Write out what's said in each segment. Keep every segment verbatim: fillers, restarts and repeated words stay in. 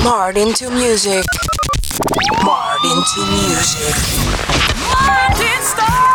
Martin to music. Martin to music. Martin Starr.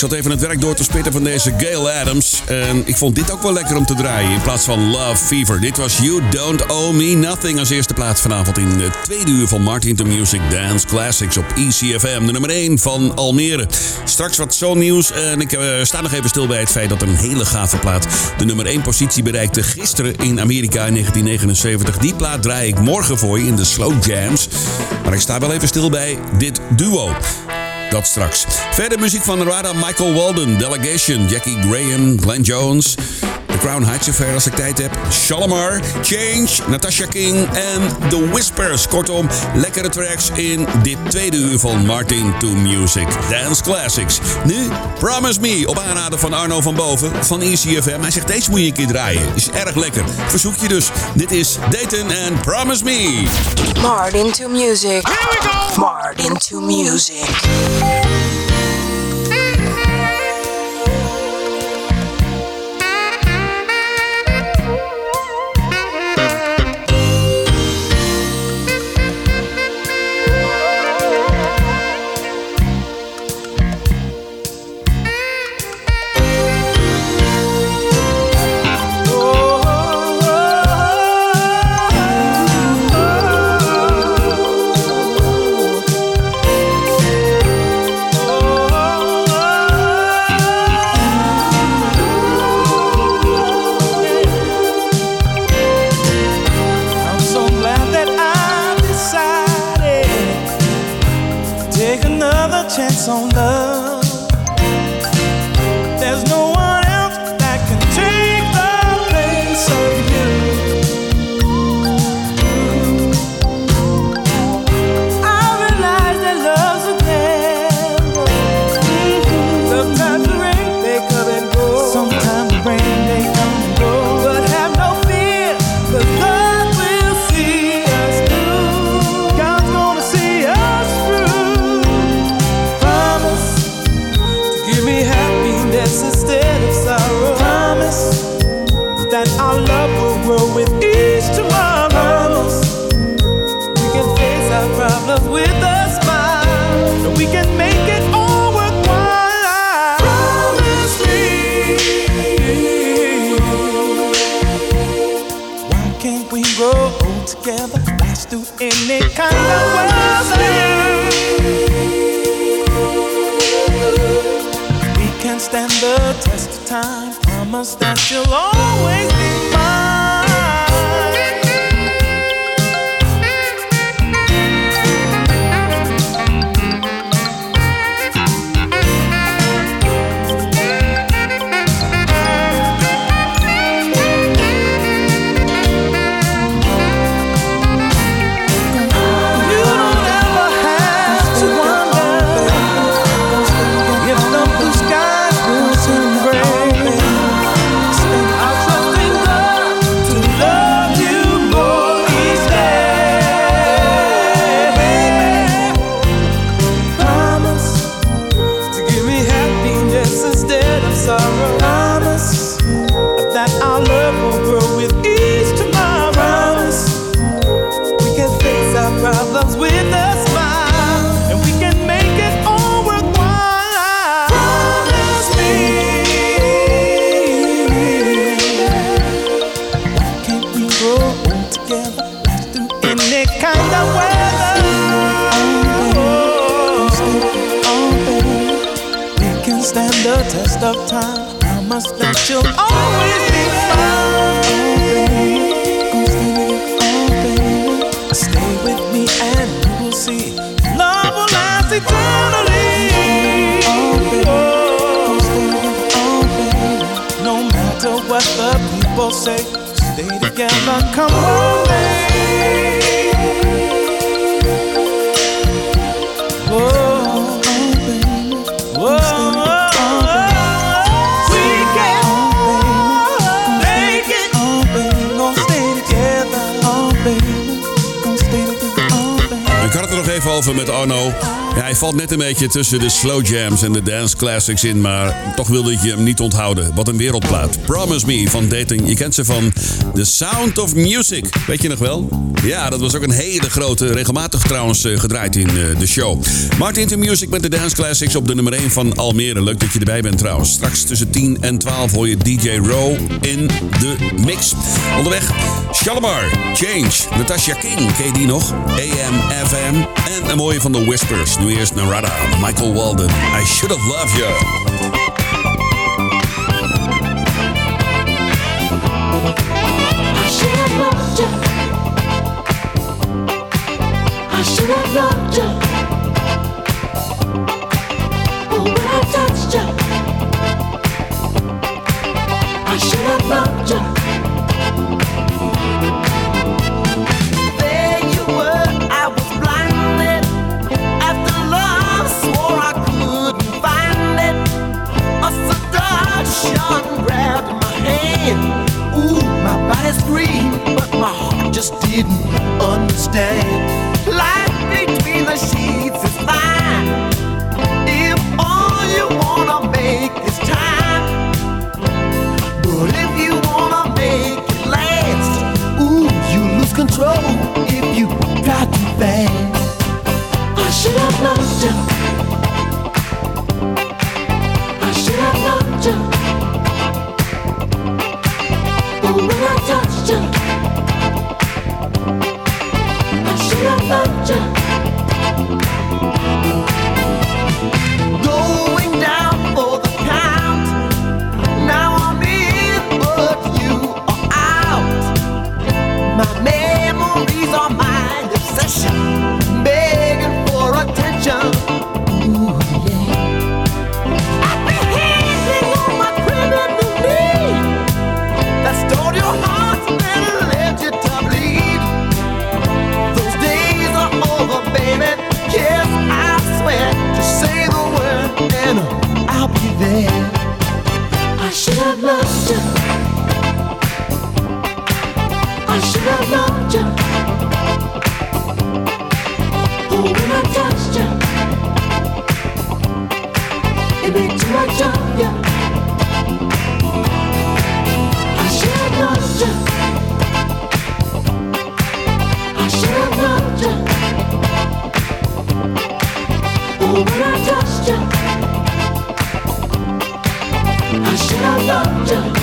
zat even het werk door te spitten van deze Gail Adams. En ik vond dit ook wel lekker om te draaien in plaats van Love Fever. Dit was You Don't Owe Me Nothing als eerste plaats vanavond in het tweede uur van Martin to Music Dance Classics op E C F M. De nummer één van Almere. Straks wat zo'n-nieuws en ik uh, sta nog even stil bij het feit dat een hele gave plaat de nummer één positie bereikte gisteren in Amerika in negentien negenenzeventig. Die plaat draai ik morgen voor je in de Slow Jams. Maar ik sta wel even stil bij dit duo. Dat straks. Verder muziek van Radha Michael Walden, Delegation, Jackie Graham, Glenn Jones, The Crown Heights Affair als ik tijd heb, Shalimar, Change, Natasha King en The Whispers. Kortom, lekkere tracks in dit tweede uur van Martin to Music Dance Classics. Nu Promise Me op aanraden van Arno van Boven van E C F M. Hij zegt deze moet je een keer draaien. Is erg lekker. Verzoek je dus. Dit is Dayton en Promise Me. Martin to Music. Here we go. Martin to Music. Chance on love. There's no one else that can take the place of you. I realize that love's a gamble. Sometimes the rain they come and go. Sometimes the rain they come and go. But have no fear, 'cause God will see us through. God's gonna see us through. Give me happiness instead of sorrow. Promise that our love will grow with each tomorrow. Promise we can face our problems with a smile, and we can make it all worthwhile. Promise me. Why can't we grow together, last through any kind of weather? Can stand the test of time. Promise that you'll always be mine. You don't ever have to wonder if the blue sky will soon break. I'll trust in God to love you more each day. Promise to give me happiness instead of sorrow. Promise that our love will grow with each tomorrow. Promise we can face our problems with a smile, and we can make it all worthwhile. Promise me. Why can't we grow old together, last through any kind of weather? Oh, baby, we can stand the test of time. Promise that you'll always be mine. Oh, baby, stay with me and you will see love will last eternally. Oh, baby, no matter what the people say, stay together, come on, baby. Oh, baby, oh, we can make it. Oh, baby, gonna stay together. Oh, baby, gonna stay together. Oh, baby. Ik had het er nog even over met Arno. Ja, hij valt net een beetje tussen de slow jams en de dance classics in, maar toch wilde je hem niet onthouden. Wat een wereldplaat. Promise Me van Dating. Je kent ze van The Sound of Music. Weet je nog wel? Ja, dat was ook een hele grote, regelmatig trouwens uh, gedraaid in uh, de show. Martin to Music met de dance classics op de nummer één van Almere. Leuk dat je erbij bent trouwens. Straks tussen tien en twaalf hoor je D J Row in de mix. Onderweg Shalimar, Change, Natasha King, ken je die nog? A M F M en een mooie van de Whispers. Nu eerst Narada, Michael Walden. I Should Have Loved You. I should have loved you. I should have loved you. Oh, when I touched you, I should have loved you. There you were, I was blinded. After love, swore I couldn't find it. A seduction grabbed my hand. Ooh, my body screamed, but my heart just didn't understand. Life between the sheets is fine if all you wanna make is time. But if you wanna make it last, ooh, you lose control if you try too fast. I should have loved you. I should have loved you. But when I touched you, I should have loved you. Going down for the count. Now I'm in, but you are out. My memories are my obsession, begging for attention. Ooh, yeah. I've been handing on my criminal knee that stole your heart and led you to bleed. Those days are over, baby. Yes, I swear. Just say the word and I'll be there. I should have loved you. I should have loved you. Oh, when I touched you, it made too much of you. I should have loved you. I should have loved you. Oh, when I touched you, I should have loved you.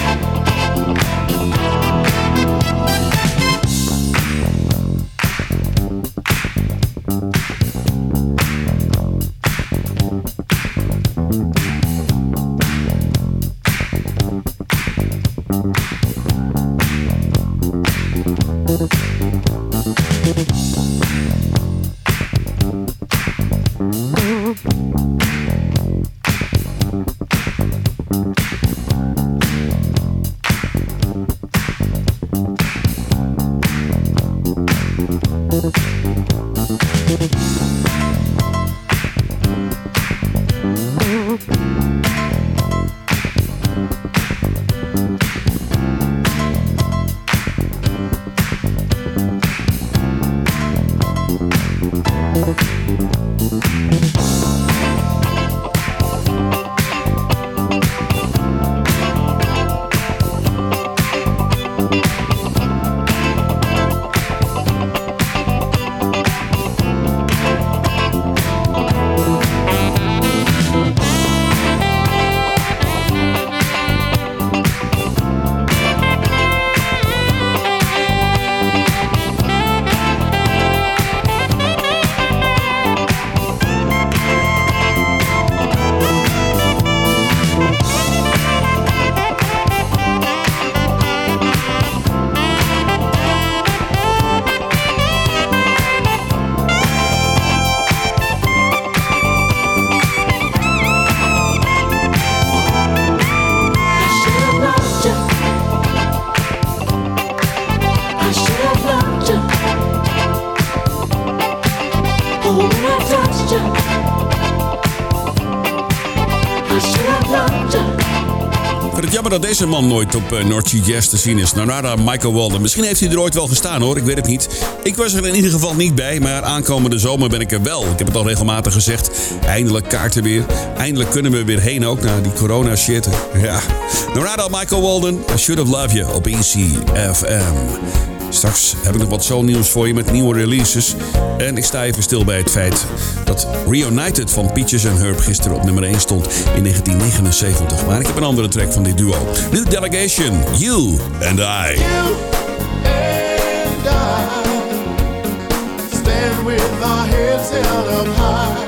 Jammer dat deze man nooit op uh, North Sea Jazz te zien is. Narada Michael Walden. Misschien heeft hij er ooit wel gestaan hoor, ik weet het niet. Ik was er in ieder geval niet bij, maar aankomende zomer ben ik er wel. Ik heb het al regelmatig gezegd. Eindelijk kaarten weer. Eindelijk kunnen we weer heen ook, na die corona shit. Ja. Narada Michael Walden, I Should Have Loved You op E C F M. Straks heb ik nog wat soulnieuws voor je met nieuwe releases. En ik sta even stil bij het feit dat Reunited van Peaches en Herb gisteren op nummer één stond in negentien negenenzeventig. Maar ik heb een andere track van dit duo. New Delegation, You and I. You and I stand with our heads held up high.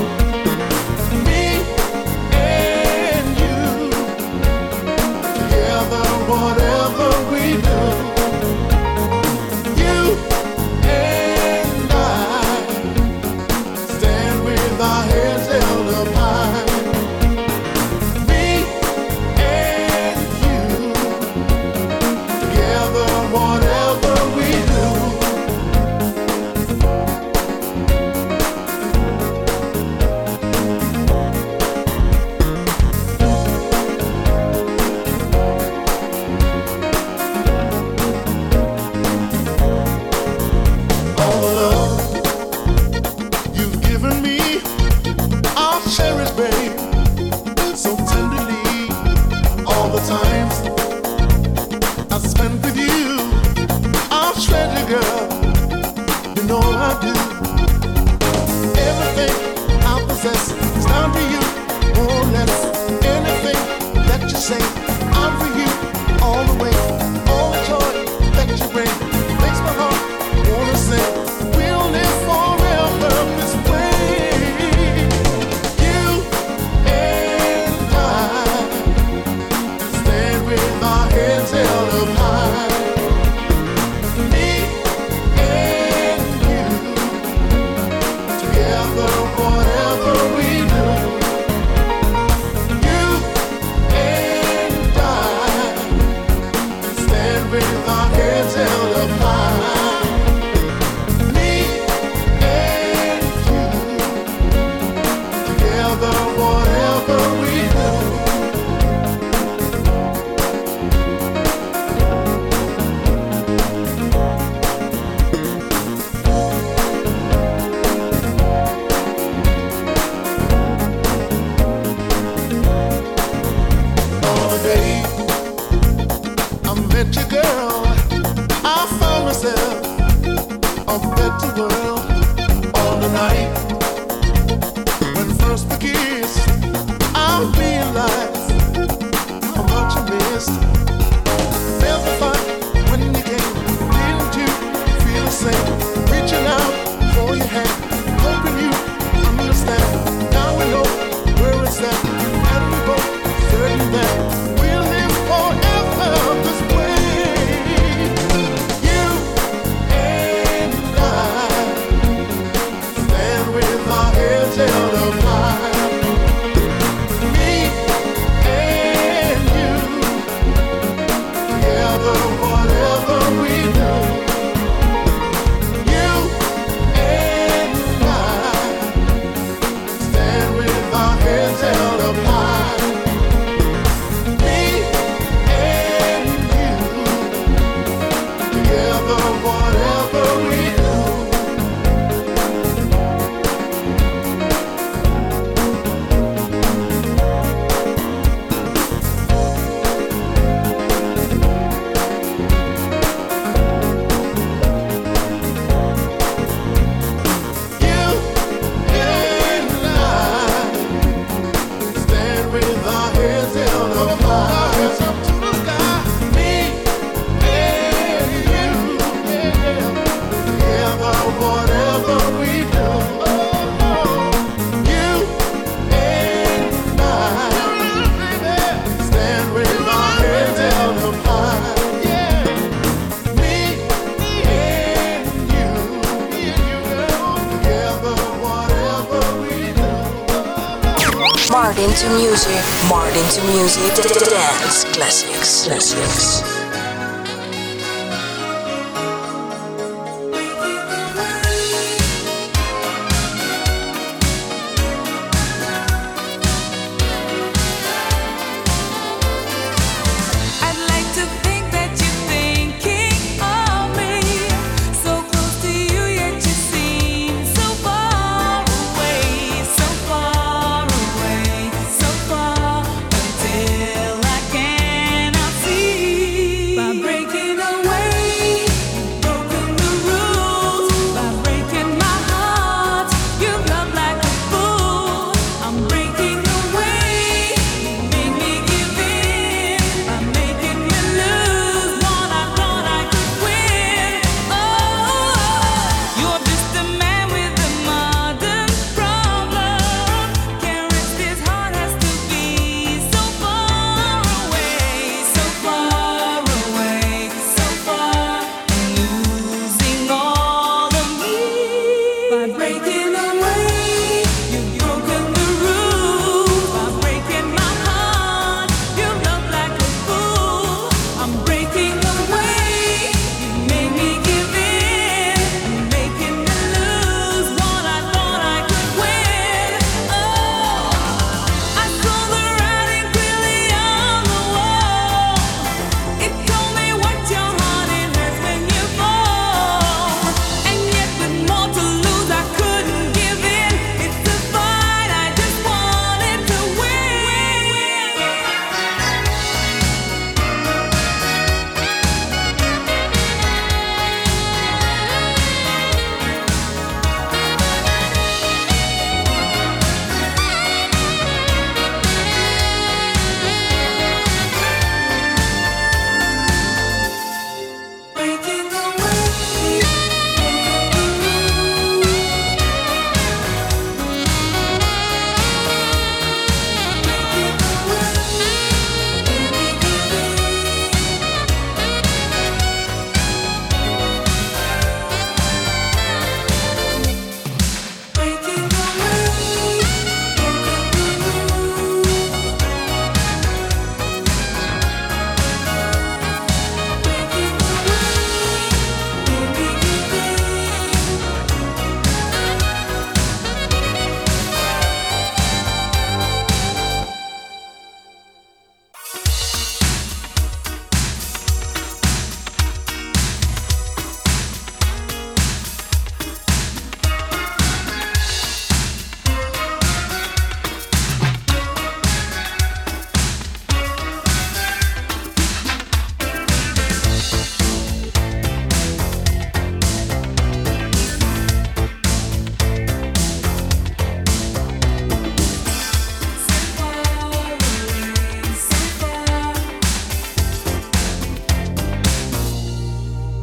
Me and you together, whatever we do. You and I stand with our heads held up high. Me and you together, whatever we do. All the love you've given me, I'll cherish, babe, so tenderly. All the times I spent with you, I'll treasure, girl. You know I do. Everything I possess is down to you, more or less. Anything that you say, I'm for you all the way. All the joy that you bring makes my heart wanna sing. We'll live forever this way. You and I stand with our heads held up high. Me and you together, whatever we do. You and I stand with our heads held up high. Me and you together, whatever we do. On the day I met you, girl, I found myself a better world. On the night when first we kissed, I realized how much I missed. Felt the fight when you came, didn't you feel the same? Reaching out for your hand, hoping you understand. Now we know where it's at, and we both certain that we'll live forever this way. You and I stand with our heads held up high. Me and you together, whatever we do. You and I stand with our heads held up high. Me and you together, whatever we do. You and I stand with our heads held up high. Hands up to the sky. Me and you, together, whatever we do. You and I stand with our heads held up high. Me and you, together, whatever we do. Martin to music, Martin to music, dance classics, classics.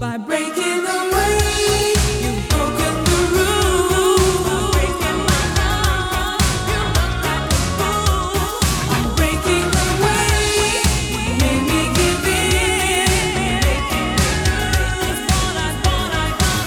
By breaking away, you've broken the rules. By breaking my heart, you look like a fool. I'm breaking away, you made me give in. Making me lose what I thought I could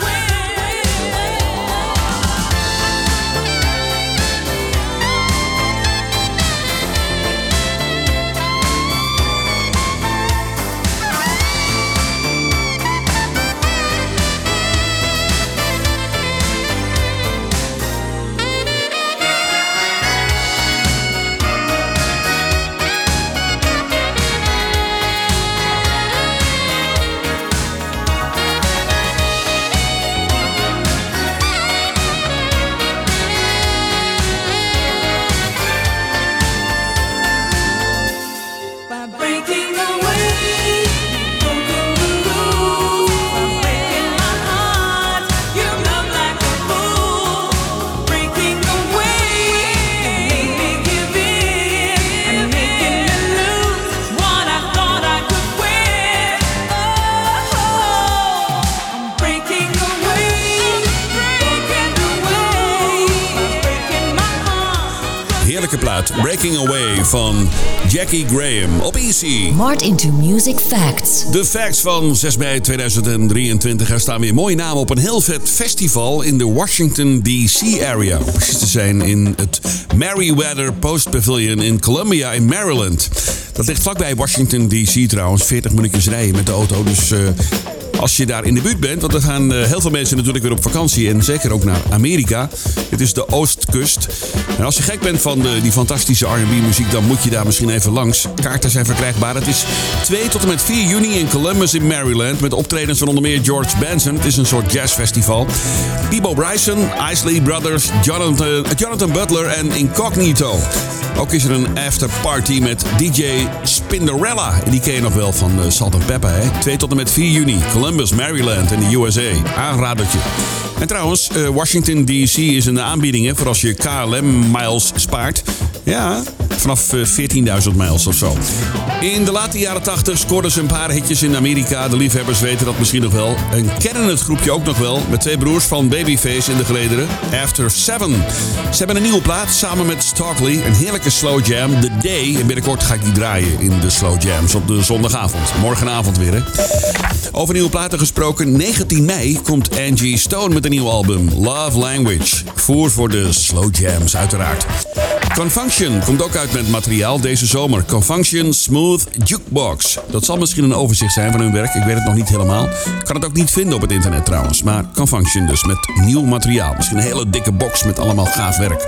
Plaat Breaking Away van Jackie Graham op Easy. Martin to Music Facts. De facts van zes mei tweeduizend drieëntwintig. Er staan weer mooie namen op een heel vet festival in de Washington D C area. Om precies te zijn in het Merriweather Post Pavilion in Columbia in Maryland. Dat ligt vlakbij Washington D C trouwens. veertig minuutjes rijden met de auto. Dus uh, als je daar in de buurt bent, want er gaan uh, heel veel mensen natuurlijk weer op vakantie. En zeker ook naar Amerika. Dit is de Oostkust. En als je gek bent van de, die fantastische R en B muziek, dan moet je daar misschien even langs. Kaarten zijn verkrijgbaar. Het is twee tot en met vier juni in Columbus in Maryland. Met optredens van onder meer George Benson. Het is een soort jazzfestival. Peabo Bryson, Isley Brothers, Jonathan, Jonathan Butler en Incognito. Ook is er een afterparty met D J Spinderella. En die ken je nog wel van uh, Salt and Pepper, hè? twee tot en met vier juni. Columbus, Maryland in de U S A. Aanradertje. En trouwens, uh, Washington D C is in de aanbiedingen voor als je K L M-miles spaart. Ja, vanaf uh, veertienduizend miles of zo. In de late jaren tachtig scoorden ze een paar hitjes in Amerika. De liefhebbers weten dat misschien nog wel. En kennen het groepje ook nog wel. Met twee broers van Babyface in de gelederen. After Seven. Ze hebben een nieuwe plaat samen met Stockley. Een heerlijke slow jam. The Day. En binnenkort ga ik die draaien in de slow jams op de zondagavond. Morgenavond weer, hè. Over nieuwe platen gesproken. negentien mei komt Angie Stone met een nieuw album. Love Language. Voer voor de slow jams uiteraard. Confunction komt ook uit met materiaal deze zomer. Confunction Smooth Jukebox. Dat zal misschien een overzicht zijn van hun werk. Ik weet het nog niet helemaal. Ik kan het ook niet vinden op het internet trouwens. Maar Confunction dus met nieuw materiaal. Misschien een hele dikke box met allemaal gaaf werk.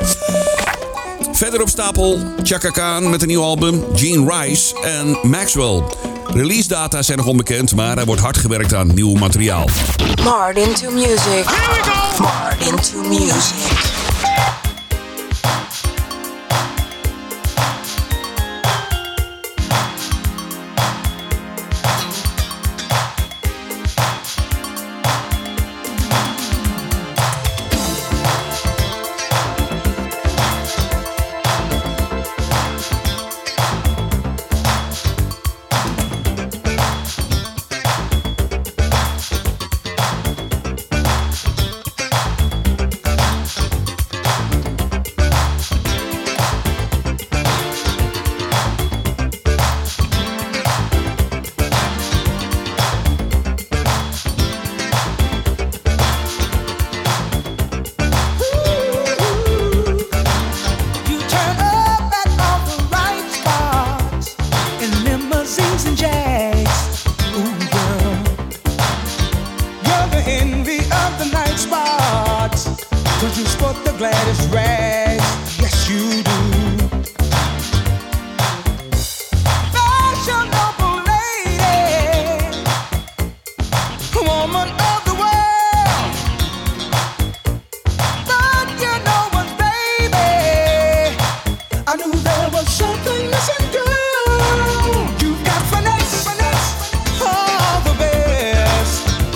Verder op stapel Chaka Khan met een nieuw album. Gene Rice en Maxwell. Release data zijn nog onbekend, maar er wordt hard gewerkt aan nieuw materiaal. Martin to Music. Here we go. Martin to Music.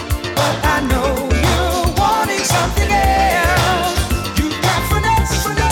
Something else. You got finesse, finesse.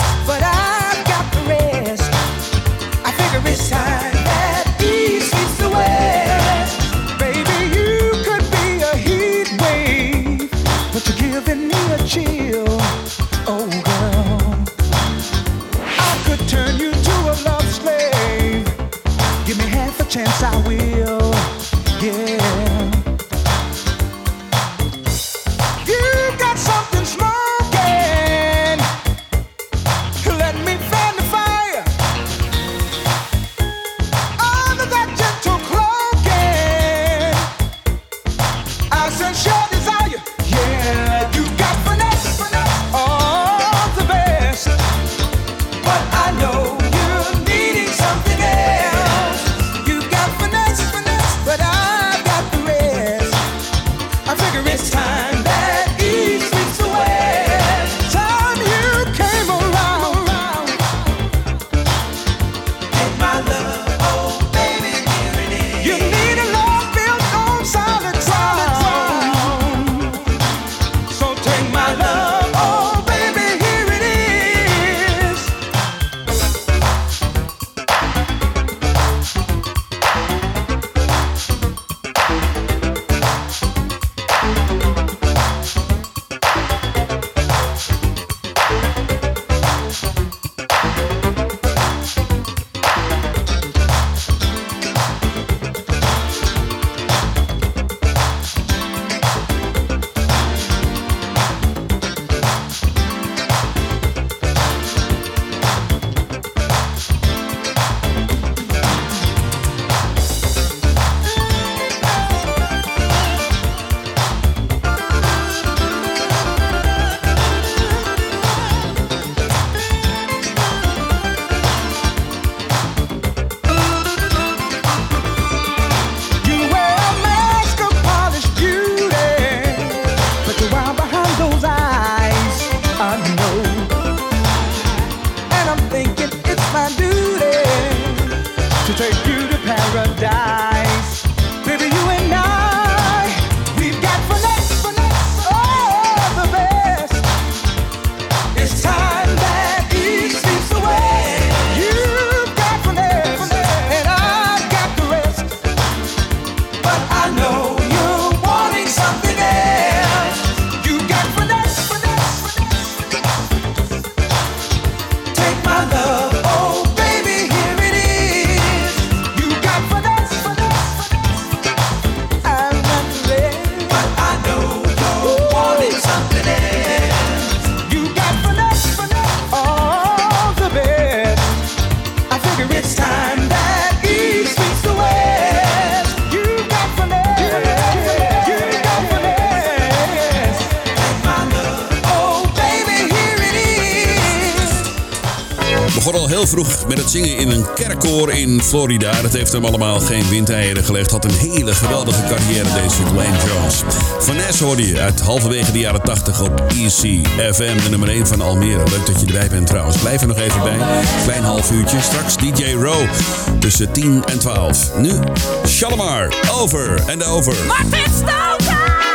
heel vroeg met het zingen in een kerkkoor in Florida. Dat heeft hem allemaal geen windeieren gelegd. Had een hele geweldige carrière, deze Glenn Jones. Vanessa hoorde je uit halverwege de jaren tachtig op E C F M, de nummer één van Almere. Leuk dat je erbij bent trouwens. Blijf er nog even bij. Klein half uurtje. Straks D J Row tussen tien en twaalf. Nu Shalimar. Over en over. Martin Stoker!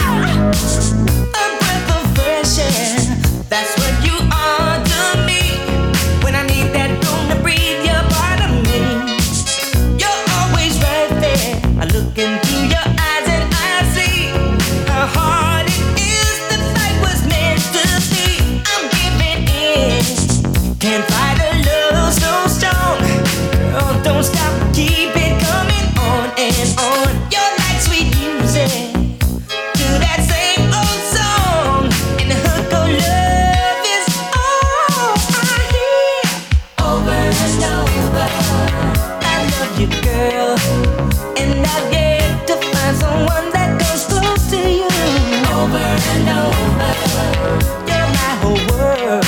A breath of fresh air. That's what you are to me. When I need that room to breathe, you're part of me. You're always right there. I look into your eyes and I see how hard it is. The fight was meant to be. I'm giving in. Can't fight a love so strong. Girl, don't stop. Keep it coming on and on. You're like sweet music to that same old song. And the hook of love is all I hear. Over and over. I love you, girl. And I've yet to find someone that comes close to you. Over and over. You're my whole world.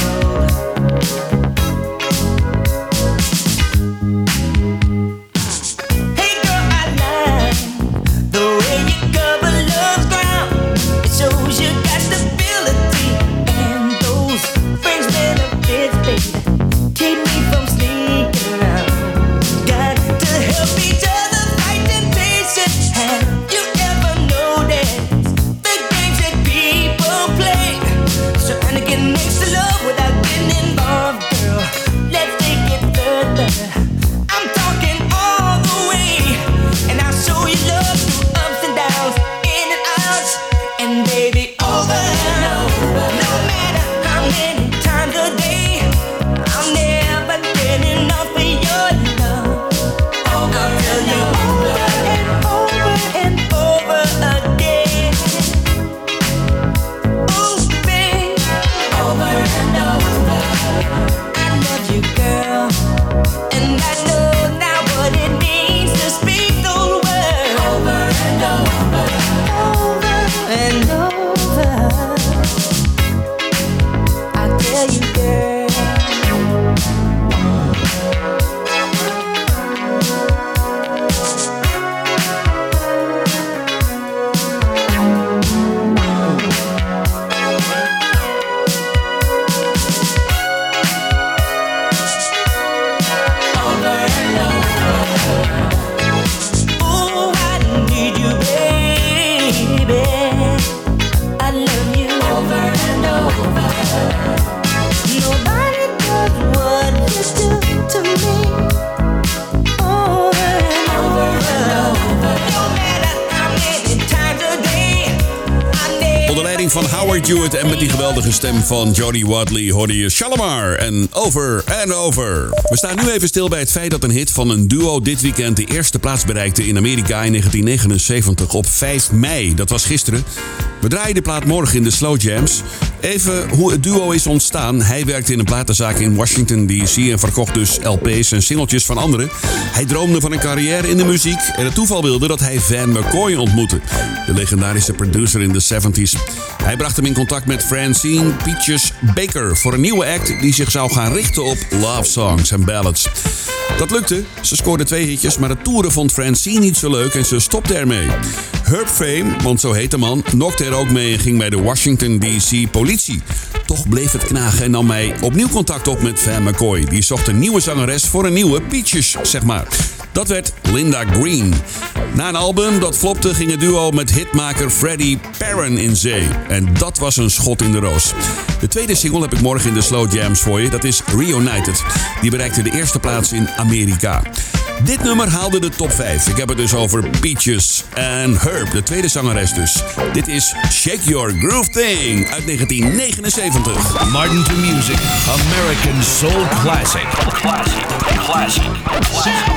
Van Howard Hewitt en met die geweldige stem van Jody Watley hoorde je Shalimar en Over en Over. We staan nu even stil bij het feit dat een hit van een duo dit weekend de eerste plaats bereikte in Amerika in negentien negenenzeventig op vijf mei. Dat was gisteren. We draaien de plaat morgen in de Slow Jams. Even hoe het duo is ontstaan. Hij werkte in een platenzaak in Washington D C en verkocht dus L P's en singeltjes van anderen. Hij droomde van een carrière in de muziek en het toeval wilde dat hij Van McCoy ontmoette, de legendarische producer in de zeventig. Hij bracht hem in contact met Francine Peaches Baker voor een nieuwe act die zich zou gaan richten op love songs en ballads. Dat lukte, ze scoorde twee hitjes, maar het toeren vond Francine niet zo leuk en ze stopte ermee. Herb Fame, want zo heet de man, nokte er ook mee en ging bij de Washington D C politie. Toch bleef het knagen en nam hij opnieuw contact op met Van McCoy. Die zocht een nieuwe zangeres voor een nieuwe Peaches, zeg maar. Dat werd Linda Green. Na een album dat flopte ging het duo met hitmaker Freddie Perren in zee. En dat was een schot in de roos. De tweede single heb ik morgen in de Slow Jams voor je. Dat is Reunited. Die bereikte de eerste plaats in Amerika. Dit nummer haalde de top vijf. Ik heb het dus over Peaches en Herb, de tweede zangeres dus. Dit is Shake Your Groove Thing uit negentien negenenzeventig. Martin to Music, American Soul Classic. Classic, classic, classic.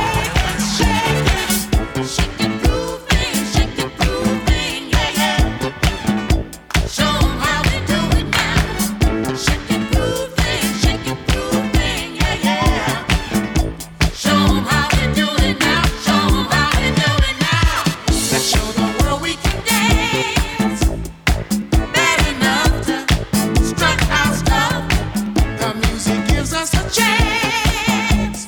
Gives us a chance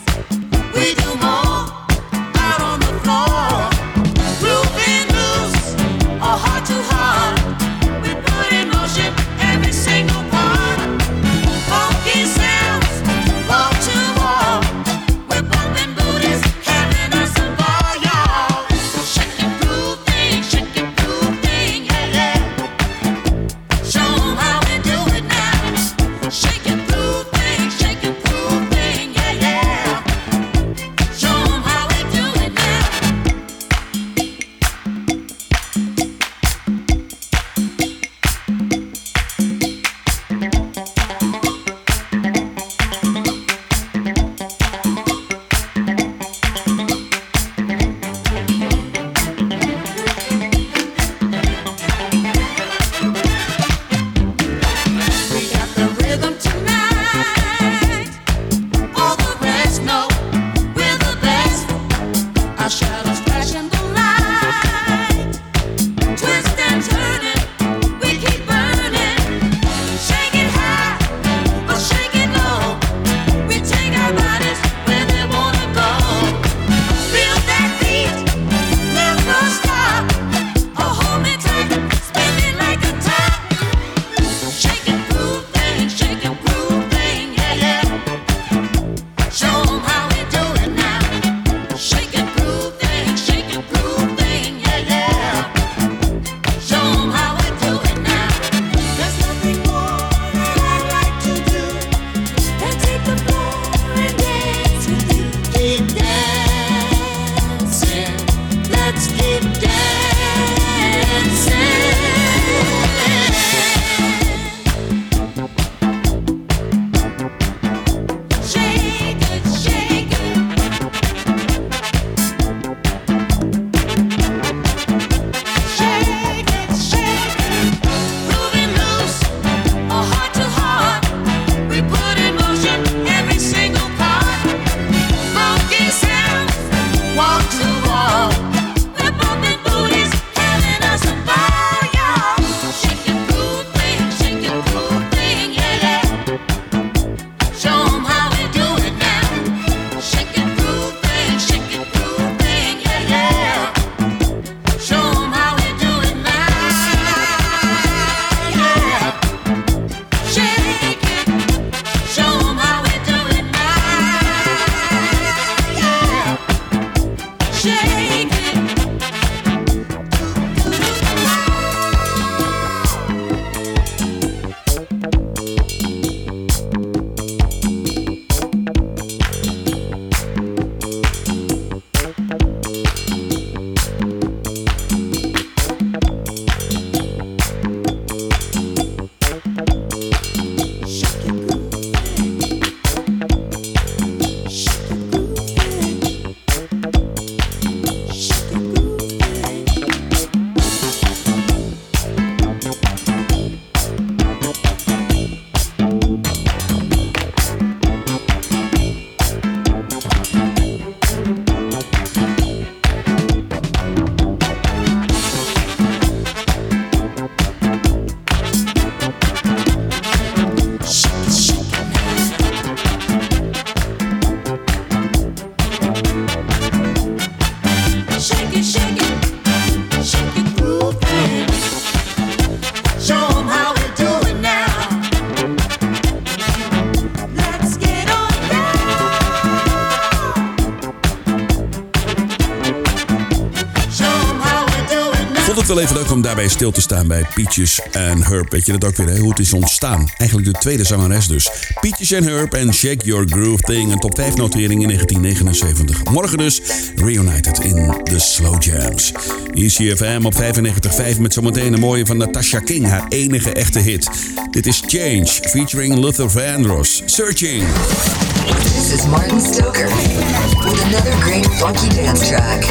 wel even leuk om daarbij stil te staan bij Peaches en Herb. Weet je dat ook weer, hè? Hoe het is ontstaan. Eigenlijk de tweede zangeres dus. Peaches en Herb en Shake Your Groove Thing. Een top vijf notering in negentien negenenzeventig. Morgen dus reunited in de Slow Jams. Hier is C F M op vijfennegentig komma vijf met zometeen een mooie van Natasha King. Haar enige echte hit. Dit is Change featuring Luther Vandross. Searching. This is Martin Stoker with another great funky dance track.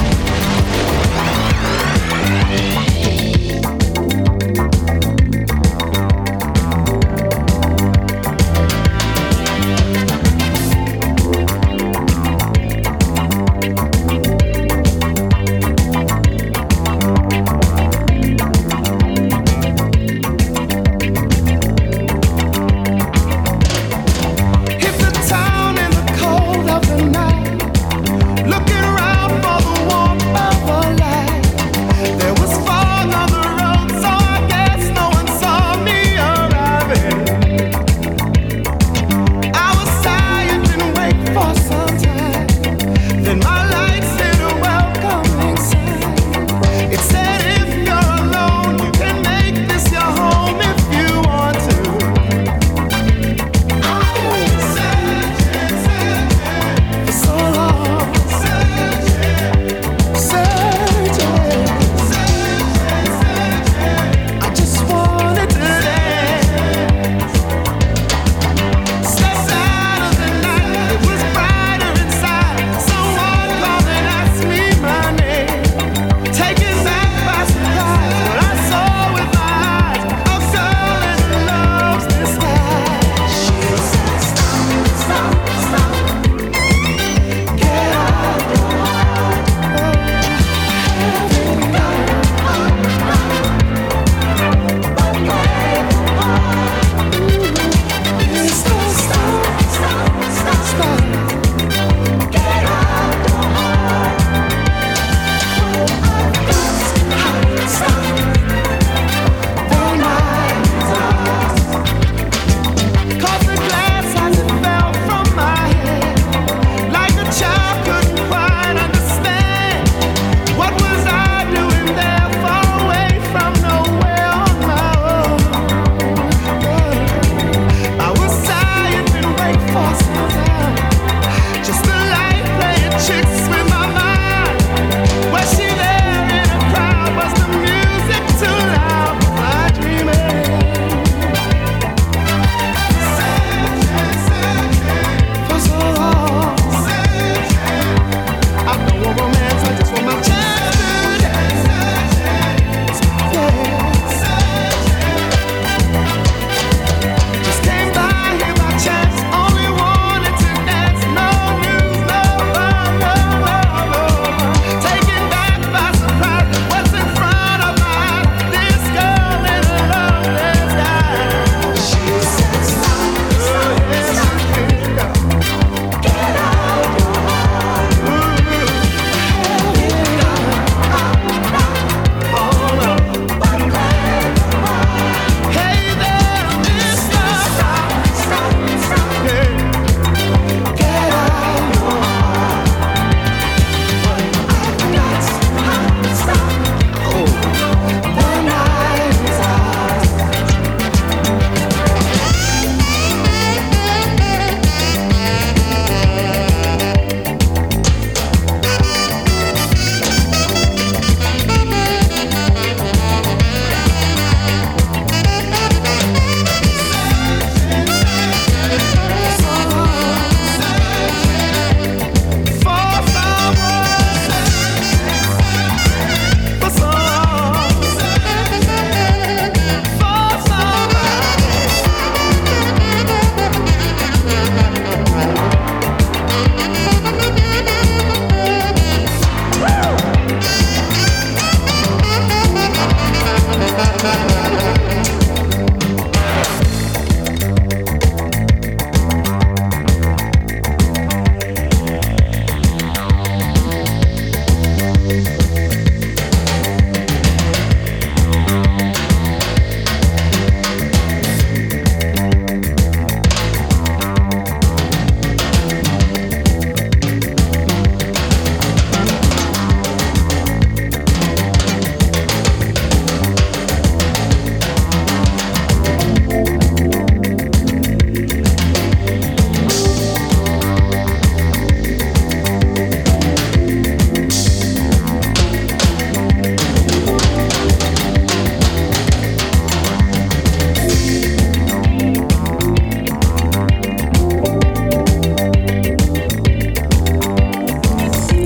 Looking around for the warmth of a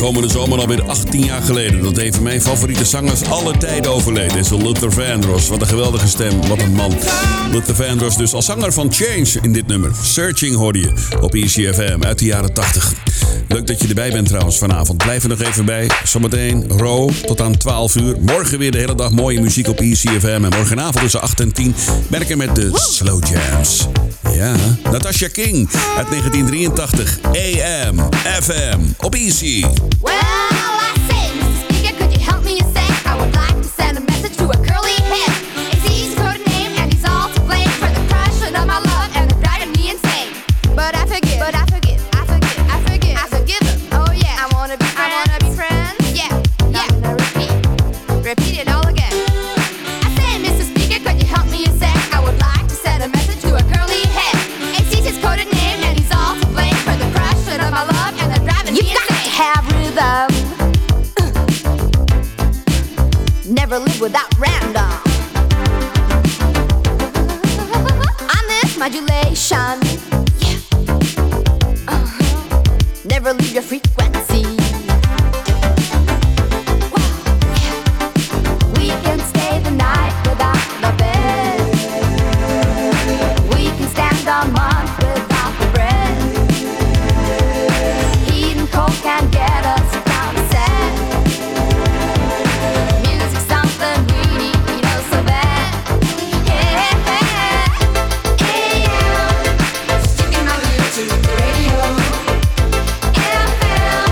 Aankomende zomer alweer achttien jaar geleden. Dat een van mijn favoriete zangers aller tijden overleed. Is Luther Vandross. Wat een geweldige stem. Wat een man. Luther Vandross dus als zanger van Change in dit nummer. Searching hoorde je op E C F M uit de jaren tachtig. Leuk dat je erbij bent trouwens vanavond. Blijf er nog even bij. Zometeen Ro tot aan twaalf uur. Morgen weer de hele dag mooie muziek op E C F M. En morgenavond tussen acht en tien werken met de Slow Jams. Ja, Natasha King uit negentien drieëntachtig. A M, F M op E C. Well, I say, Mister Speaker, could you help me a sec? I would like to send a message to a curly head. It's his code name and he's all to blame for the crushing of my love and the driving me insane. But I forgive, but I forgive, I forgive, I forgive, I forgive him. Oh yeah, I wanna be friends, I wanna be friends. Yeah, yeah. Now repeat, repeat it all again. I say, Mister Speaker, could you help me a sec? I would like to send a message to a curly head. It's his coded name and he's all to blame for the crushing of my love and the driving me insane. You got to have rhythm. Never live without random. On this modulation, yeah. Uh-huh. Never leave your frequency. Wow, yeah. We can stay the night without the bed. We can stand a month without the bread. Heat and cold can get us down set. Music's something we need, you know, so bad. Yeah, A M, sticking my ear to the radio. F M.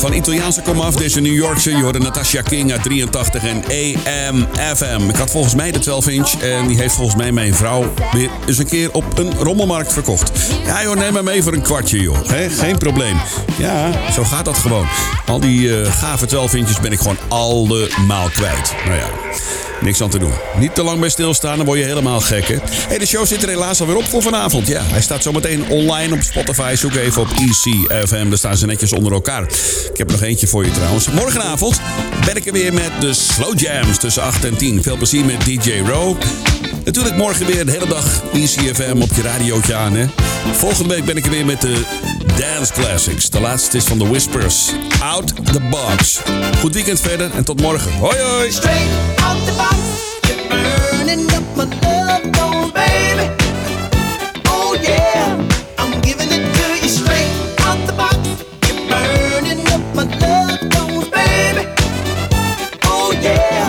Van Italiaanse komaf, deze New Yorkse. Je hoorde Natasha King uit drieëntachtig en A M F M. Ik had volgens mij de twaalf inch en die heeft volgens mij mijn vrouw weer eens een keer op een rommelmarkt verkocht. Ja joh, neem maar mee voor een kwartje joh. He, geen probleem. Ja, zo gaat dat gewoon. Al die uh, gave twaalf inches ben ik gewoon allemaal kwijt. Nou ja, niks aan te doen. Niet te lang bij stilstaan, dan word je helemaal gek, hè. Hey, de show zit er helaas alweer op voor vanavond. Ja, hij staat zometeen online op Spotify. Zoek even op E C F M, daar staan ze netjes onder elkaar. Ik heb er nog eentje voor je trouwens. Morgenavond ben ik er weer met de Slow Jams tussen acht en tien. Veel plezier met D J Row. Natuurlijk morgen weer de hele dag E C F M op je radiootje aan, hè. Volgende week ben ik er weer met de Dance Classics. De laatste is van The Whispers. Out the Box. Goed weekend verder en tot morgen. Hoi hoi! Straight out the box, you're burning up my love goes, baby. Oh yeah, I'm giving it to you straight out the box. You're burning up my love goes, baby. Oh yeah.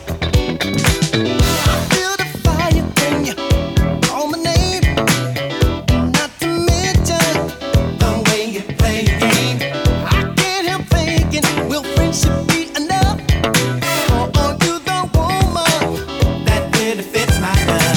I feel the fire when you call my name. Not to mention the way you play your game. I can't help thinking, will friendship be enough? Or are you the woman that really fits my love?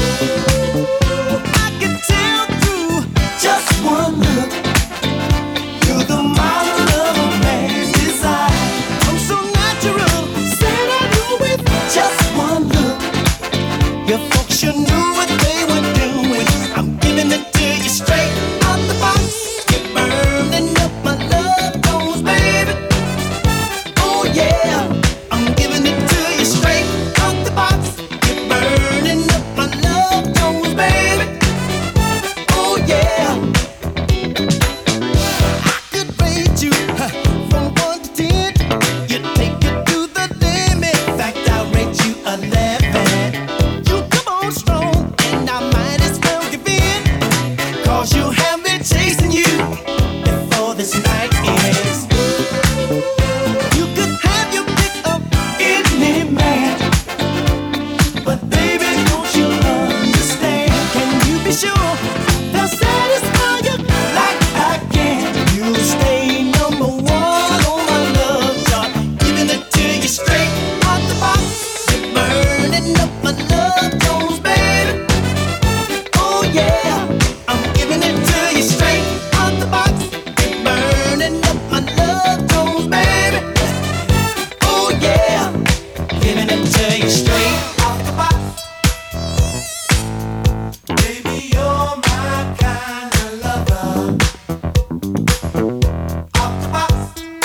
I can tell through just one look, you're the model of a man's desire. I'm so natural, said I do with just one look. Your folks sure knew what they were doing. I'm giving it to you straight out the box. You're burning up my love goes, baby. Oh yeah, I'm giving it to you straight out the box. You're burning up my love goes, baby. Oh yeah. I could rate you huh, from one to ten. You take it to the limit. In fact, I'll rate you eleven. You come on strong, and I might as well give in. Cause you have me chasing you before this night ends. You could have your pick of any man, but baby, don't you understand? Can you be sure they'll satisfy you like I can? You'll stay number one on my love chart, giving it to you straight out the box. You're burning up my love goes, baby. Oh yeah, I'm giving it to you straight out the box. You're burning up my love goes, baby. Oh yeah, giving it to you straight out the box. Baby, you're my kind of lover. Out the box.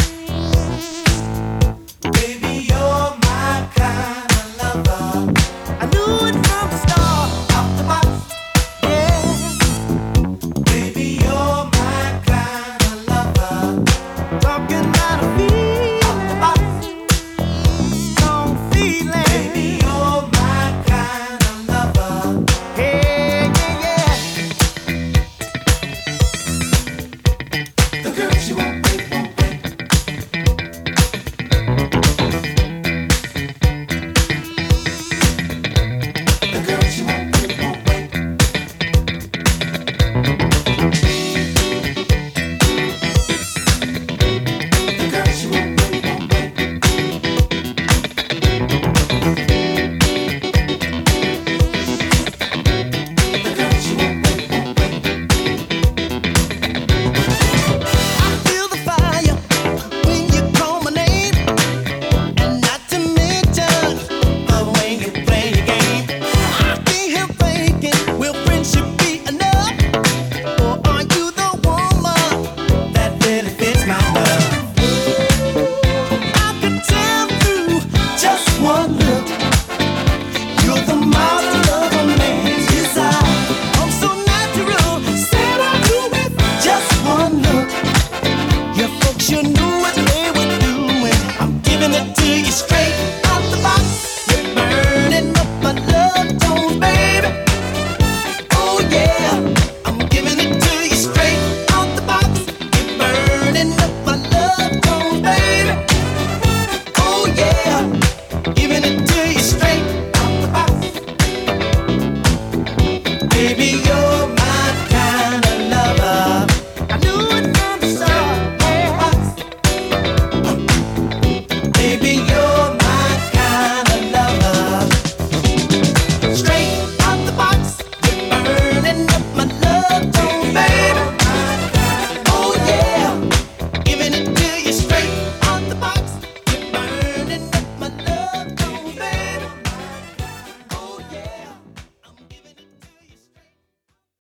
Baby, you're my kind of lover. I knew it from the start. Out the box. Yeah. Baby, you're my kind of lover. Talking about a feeling. Out the box. Strong feeling. Baby, you're my kind of lover. Hey, yeah, yeah. The girl she won't wait, won't wait. The girl she won't wait, won't wait. The girl she won't wait, won't wait. The girl she won't wait, won't wait. I feel the fire when you call my name, and not to mention the way you play your game. I can't help thinking, will friendship be enough? Or are you the woman that really fits my love? I could tell through just one look, you're the model of a man's desire. I'm so natural, said I do with just one look. Your folks sure knew what they were doing. I'm giving it to you straight out the box. You're burning up my love tones, baby. Oh yeah, I'm giving it to you straight out the box. You're burning up my love tones, baby. Oh yeah, giving it to you straight out the box. Baby,